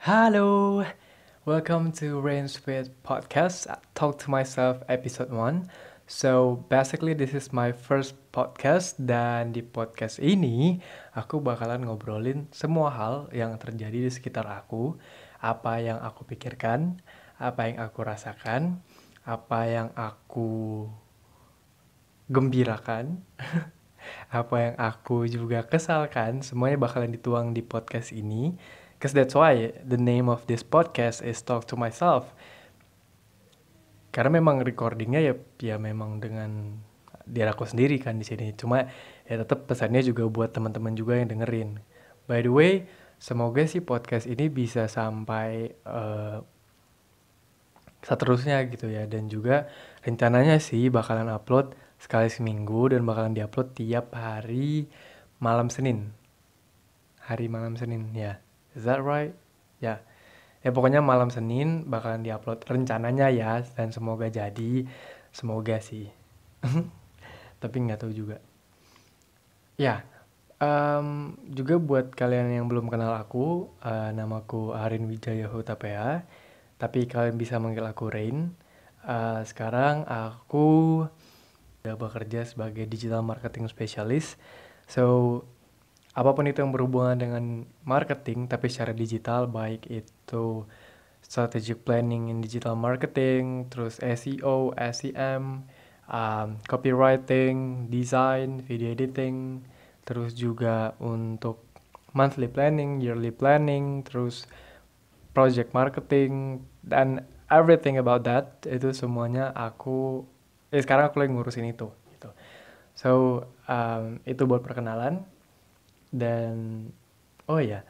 Halo, welcome to Rain Sweet Podcast, Talk to Myself episode 1. So basically this is my first podcast dan di podcast ini aku bakalan ngobrolin semua hal yang terjadi di sekitar aku, apa yang aku pikirkan, apa yang aku rasakan, apa yang aku gembirakan, apa yang aku juga kesalkan, semuanya bakalan dituang di podcast ini. Cause that's why the name of this podcast is Talk to Myself. Karena memang recordingnya ya memang dengan diri aku sendiri kan di sini. Cuma ya tetap pesannya juga buat teman-teman juga yang dengerin. By the way, semoga sih podcast ini bisa sampai seterusnya gitu ya. Dan juga rencananya sih bakalan upload sekali seminggu dan bakalan diupload tiap hari malam Senin. Hari malam Senin ya. Is that right? Ya. Ya pokoknya malam Senin bakalan diupload rencananya ya dan semoga jadi. Semoga sih. Tapi nggak tahu juga. Ya, juga buat kalian yang belum kenal aku, namaku Arin Wijaya Hutapea. Tapi kalian bisa manggil aku Rain. Sekarang aku udah bekerja sebagai digital marketing specialist. So, apapun itu yang berhubungan dengan marketing tapi secara digital, baik itu strategic planning in digital marketing, terus SEO, SEM, copywriting, design, video editing, terus juga untuk monthly planning, yearly planning, terus project marketing, dan everything about that, itu semuanya sekarang aku lagi ngurusin itu gitu. So, itu buat perkenalan. Dan oh ya,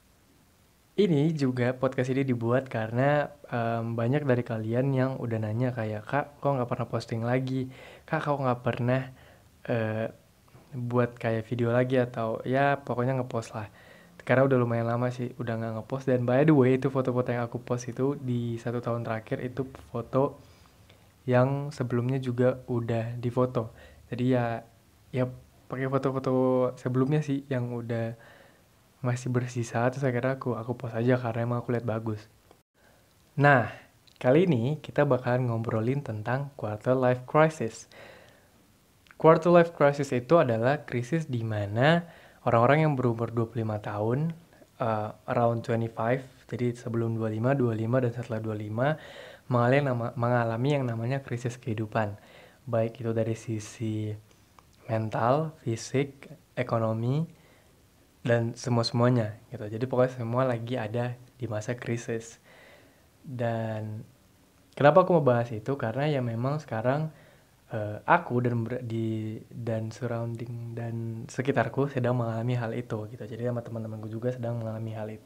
ini juga podcast ini dibuat karena banyak dari kalian yang udah nanya kayak, Kak, kok nggak pernah posting lagi? Kak, kok nggak pernah eh, buat kayak video lagi atau ya pokoknya ngepost lah. Karena udah lumayan lama sih udah nggak ngepost. Dan by the way, itu foto-foto yang aku post itu di 1 tahun terakhir itu foto yang sebelumnya juga udah difoto. Jadi ya pakai foto-foto sebelumnya sih yang udah masih bersisa, terus akhirnya aku post aja karena emang aku lihat bagus. Nah, kali ini kita bakalan ngobrolin tentang quarter life crisis. Quarter life crisis itu adalah krisis di mana orang-orang yang berumur 25 tahun, around 25, jadi sebelum 25, 25 dan setelah 25 mengalami yang namanya krisis kehidupan. Baik itu dari sisi mental, fisik, ekonomi, dan semua-semuanya gitu. Jadi pokoknya semua lagi ada di masa krisis. Dan kenapa aku mau bahas itu? Karena ya memang sekarang aku dan surrounding dan sekitarku sedang mengalami hal itu gitu. Jadi sama teman-temanku juga sedang mengalami hal itu.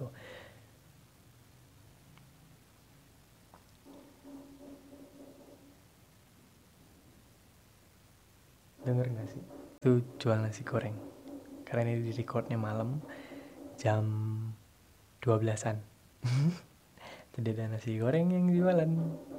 Dengar nggak sih? Itu jual nasi goreng. Karena ini di recordnya malam jam 12-an. Tadi ada nasi goreng yang jualan.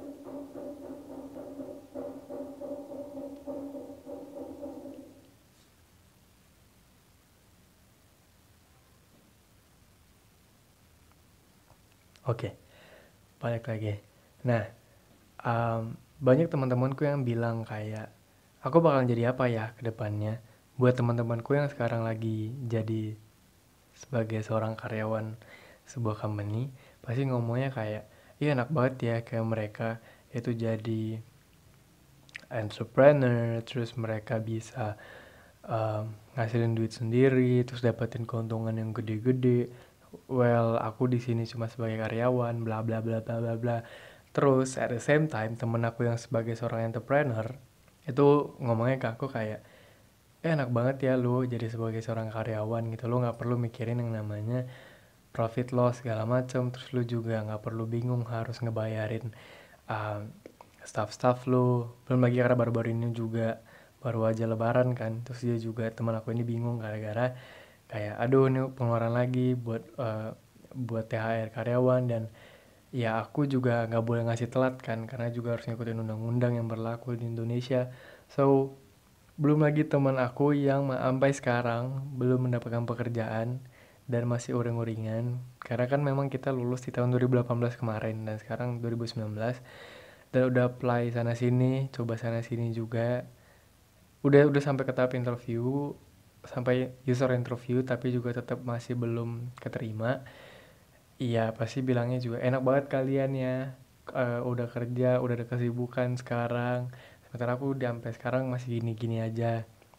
Oke, balik lagi. Nah, banyak teman-temanku yang bilang kayak, aku bakalan jadi apa ya ke depannya? Buat teman-temanku yang sekarang lagi jadi sebagai seorang karyawan sebuah company, pasti ngomongnya kayak, iya enak banget ya kayak mereka itu jadi entrepreneur, terus mereka bisa ngasilin duit sendiri, terus dapetin keuntungan yang gede-gede. Well, aku di sini cuma sebagai karyawan, bla bla bla bla bla bla. Terus at the same time, temen aku yang sebagai seorang entrepreneur itu ngomongnya ke aku kayak, enak banget ya lu jadi sebagai seorang karyawan gitu, lu nggak perlu mikirin yang namanya profit loss segala macem, terus lu juga nggak perlu bingung harus ngebayarin um, staff-staff lu, belum lagi karena baru-baru ini juga baru aja lebaran kan, terus dia juga teman aku ini bingung gara-gara kayak aduh ini pengeluaran lagi buat THR karyawan. Dan ya aku juga nggak boleh ngasih telat kan karena juga harus ngikutin undang-undang yang berlaku di Indonesia. So belum lagi teman aku yang sampai sekarang belum mendapatkan pekerjaan dan masih uring-uringan karena kan memang kita lulus di tahun 2018 kemarin dan sekarang 2019 dan udah apply sana sini, coba sana sini juga. Udah sampai ke tahap interview, sampai user interview tapi juga tetap masih belum keterima. Iya, pasti bilangnya juga enak banget kalian ya. Udah kerja, udah ada kesibukan sekarang. Sementara aku udah sampai sekarang masih gini-gini aja.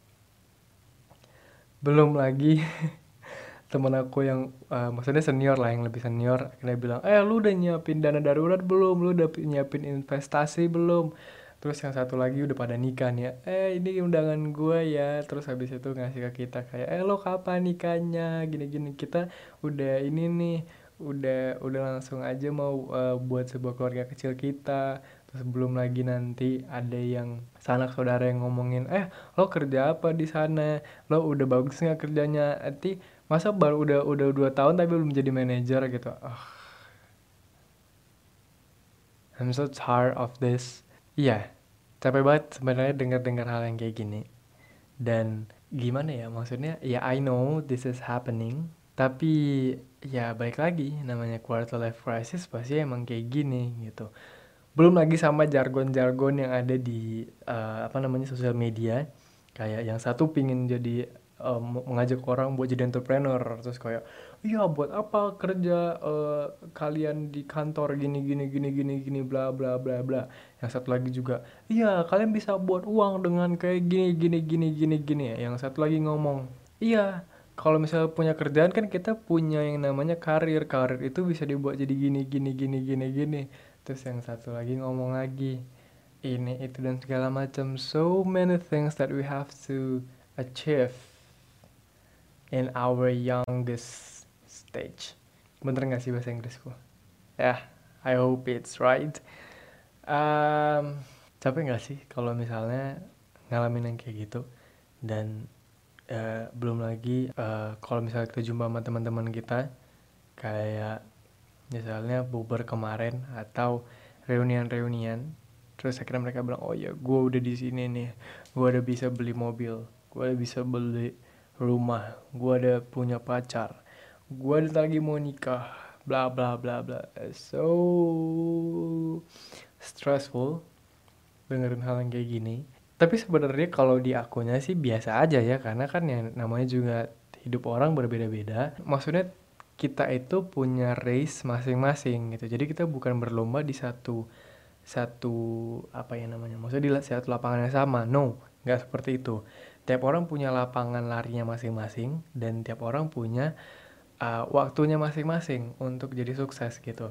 Belum lagi temen aku yang maksudnya senior lah, yang lebih senior akhirnya bilang, lu udah nyiapin dana darurat belum, lu udah nyiapin investasi belum, terus yang satu lagi udah pada nikah nih ya, ini undangan gue ya, terus habis itu ngasih ke kita kayak lo kapan nikahnya gini-gini, kita udah ini nih, udah langsung aja mau buat sebuah keluarga kecil kita. Terus belum lagi nanti ada yang sanak saudara yang ngomongin, lo kerja apa di sana, lo udah bagus nggak kerjanya, nanti masa baru udah 2 tahun tapi belum jadi manajer gitu. I'm so tired of this. Iya, capek banget sebenarnya dengar-dengar hal yang kayak gini. Dan gimana ya, maksudnya ya I know this is happening, tapi ya baik lagi namanya quarter life crisis pasti emang kayak gini gitu. Belum lagi sama jargon-jargon yang ada di apa namanya sosial media, kayak yang satu pingin jadi mengajak orang buat jadi entrepreneur, terus kayak iya buat apa kerja kalian di kantor gini gini gini gini gini bla bla bla bla. Yang satu lagi juga iya kalian bisa buat uang dengan kayak gini gini gini gini gini. Yang satu lagi ngomong iya kalau misalnya punya kerjaan kan kita punya yang namanya karir, karir itu bisa dibuat jadi gini gini gini gini gini. Terus yang satu lagi ngomong lagi ini itu dan segala macam, so many things that we have to achieve in our youngest stage. Bener gak sih bahasa Inggrisku? Ya, yeah, I hope it's right. um, Capek gak sih kalau misalnya ngalamin yang kayak gitu. Dan belum lagi kalau misalnya kita jumpa sama teman-teman kita kayak misalnya bukber kemarin atau reunian-reunian, terus akhirnya mereka bilang oh ya gue udah di sini nih, gue udah bisa beli mobil, gue udah bisa beli rumah, gue udah punya pacar, gue udah lagi mau nikah, bla bla bla bla. So stressful dengerin hal yang kayak gini. Tapi sebenarnya kalau di akunya sih biasa aja ya, karena kan yang namanya juga hidup orang berbeda-beda. Maksudnya kita itu punya race masing-masing gitu. Jadi kita bukan berlomba di satu satu apa ya namanya? Maksudnya di satu lapangan yang sama. No, nggak seperti itu. Tiap orang punya lapangan larinya masing-masing dan tiap orang punya waktunya masing-masing untuk jadi sukses gitu.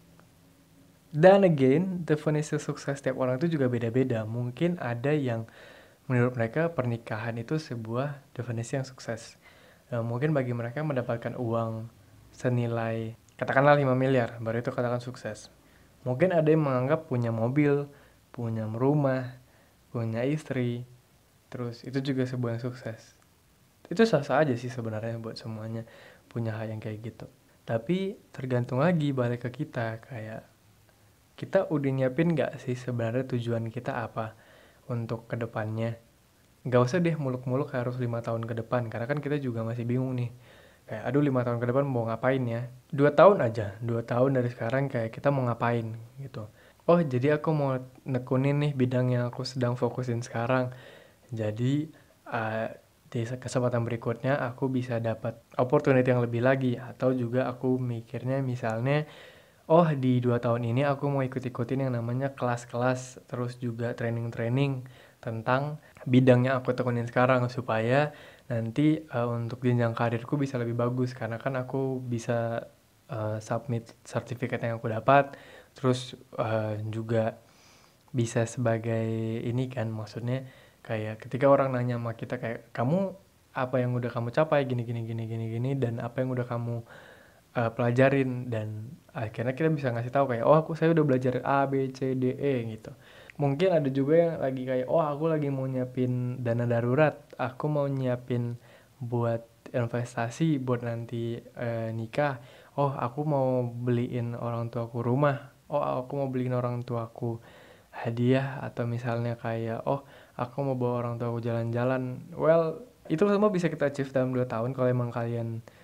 Dan again, definisi sukses tiap orang itu juga beda-beda. Mungkin ada yang menurut mereka pernikahan itu sebuah definisi yang sukses. Mungkin bagi mereka mendapatkan uang senilai katakanlah 5 miliar, baru itu katakan sukses. Mungkin ada yang menganggap punya mobil, punya rumah, punya istri, terus itu juga sebuah yang sukses. Itu sah-sah aja sih sebenarnya buat semuanya punya hal yang kayak gitu. Tapi tergantung lagi balik ke kita, kayak kita udah nyiapin gak sih sebenarnya tujuan kita apa untuk kedepannya. Gak usah deh muluk-muluk harus 5 tahun ke depan, karena kan kita juga masih bingung nih. Kayak aduh 5 tahun ke depan mau ngapain ya. 2 tahun aja, 2 tahun dari sekarang kayak kita mau ngapain gitu. Oh jadi aku mau nekunin nih bidang yang aku sedang fokusin sekarang. Jadi di kesempatan berikutnya aku bisa dapat opportunity yang lebih lagi. Atau juga aku mikirnya misalnya oh di 2 tahun ini aku mau ikut-ikutin yang namanya kelas-kelas, terus juga training-training tentang bidang yang aku tekunin sekarang supaya nanti untuk jenjang karirku bisa lebih bagus karena kan aku bisa submit sertifikat yang aku dapat, terus juga bisa sebagai ini kan, maksudnya kayak ketika orang nanya sama kita kayak kamu apa yang udah kamu capai gini gini gini gini gini dan apa yang udah kamu pelajarin, dan akhirnya kita bisa ngasih tahu kayak oh saya udah belajar A B C D E gitu. Mungkin ada juga yang lagi kayak oh aku lagi mau nyiapin dana darurat, aku mau nyiapin buat investasi buat nanti nikah, oh aku mau beliin orang tuaku rumah, oh aku mau beliin orang tuaku hadiah, atau misalnya kayak oh aku mau bawa orang tuaku jalan-jalan. Well itu semua bisa kita achieve dalam 2 tahun kalau emang kalian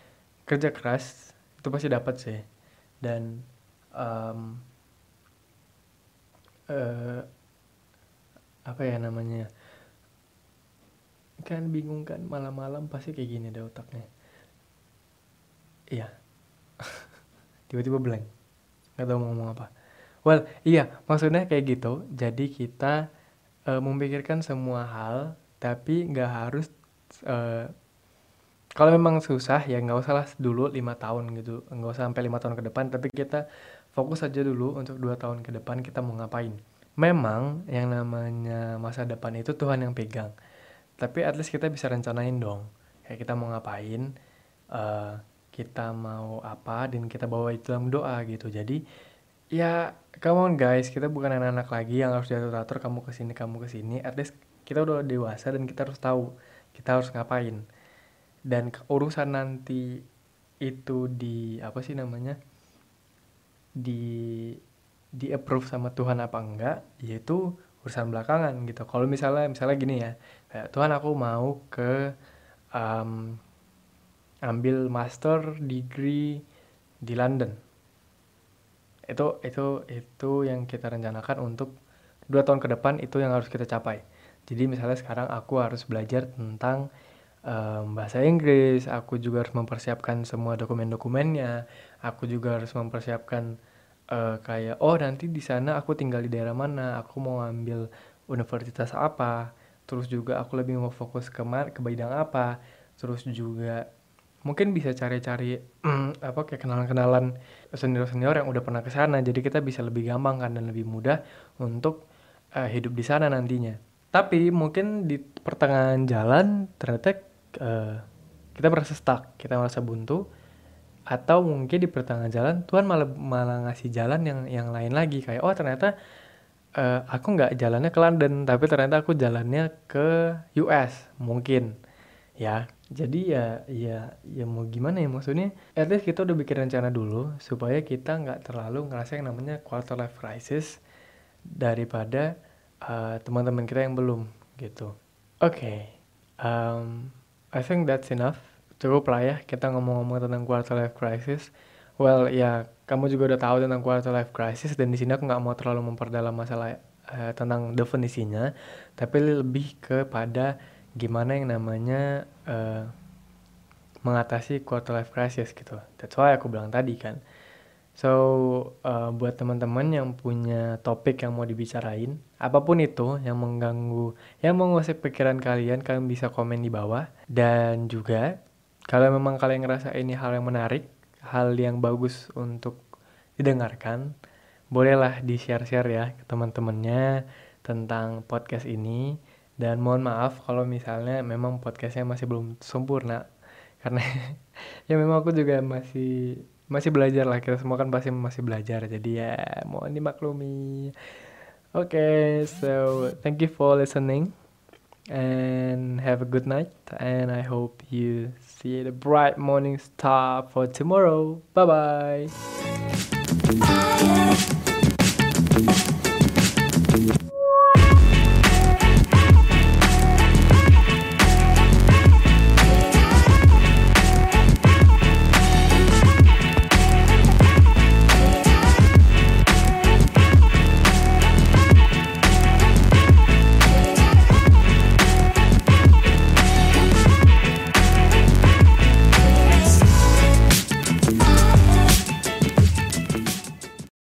kerja keras itu pasti dapat sih. Dan um, eh, apa ya namanya, kan bingung kan, malam-malam pasti kayak gini deh otaknya. Iya, tiba-tiba blank, nggak tahu mau ngomong apa. Well, iya, maksudnya kayak gitu. Jadi kita memikirkan semua hal, tapi nggak harus, eh, kalau memang susah ya nggak usah lah dulu 5 tahun gitu, nggak usah sampai 5 tahun ke depan, tapi kita fokus aja dulu untuk 2 tahun ke depan kita mau ngapain. Memang yang namanya masa depan itu Tuhan yang pegang, tapi at least kita bisa rencanain dong. Kayak kita mau ngapain, eh, kita mau apa, dan kita bawa itu dalam doa gitu. Jadi ya, come on guys, kita bukan anak-anak lagi yang harus diatur-atur kamu ke sini. At least kita udah dewasa dan kita harus tahu kita harus ngapain. Dan urusan nanti itu di apa sih namanya? di di approve sama Tuhan apa enggak, yaitu urusan belakangan gitu. Kalau misalnya gini ya, kayak Tuhan aku mau ke um, ambil master degree di London. Itu yang kita rencanakan untuk 2 tahun ke depan, itu yang harus kita capai. Jadi misalnya sekarang aku harus belajar tentang bahasa Inggris, aku juga harus mempersiapkan semua dokumen-dokumennya, aku juga harus mempersiapkan kayak oh nanti di sana aku tinggal di daerah mana, aku mau ngambil universitas apa, terus juga aku lebih mau fokus ke bidang apa, terus juga mungkin bisa cari-cari apa kayak kenalan-kenalan senior-senior yang udah pernah ke sana. Jadi kita bisa lebih gampang kan dan lebih mudah untuk hidup di sana nantinya. Tapi mungkin di pertengahan jalan ternyata eh, kita merasa stuck, kita merasa buntu, atau mungkin di pertengahan jalan Tuhan malah malah ngasih jalan yang lain lagi, kayak oh ternyata aku nggak jalannya ke London, tapi ternyata aku jalannya ke US mungkin. Ya, jadi ya mau gimana ya, maksudnya at least kita udah bikin rencana dulu supaya kita nggak terlalu ngerasa yang namanya quarter life crisis daripada teman-teman kita yang belum gitu. Oke, I think that's enough. Cukup lah ya kita ngomong-ngomong tentang quarter life crisis. Well, ya kamu juga udah tahu tentang quarter life crisis, dan di sini aku nggak mau terlalu memperdalam masalah tentang definisinya, tapi lebih kepada gimana yang namanya mengatasi quarter life crisis gitu. That's why aku bilang tadi kan. So, buat teman-teman yang punya topik yang mau dibicarain, apapun itu yang mengganggu, yang menguasai pikiran kalian, kalian bisa komen di bawah. Dan juga, kalau memang kalian ngerasa ini hal yang menarik, hal yang bagus untuk didengarkan, bolehlah di-share-share ya ke teman-temannya tentang podcast ini. Dan mohon maaf kalau misalnya memang podcastnya masih belum sempurna, karena ya memang aku juga masih masih belajar lah, kita semua kan pasti masih belajar, jadi ya mohon dimaklumi. Okay, so thank you for listening and have a good night, and I hope you see the bright morning star for tomorrow. Bye bye.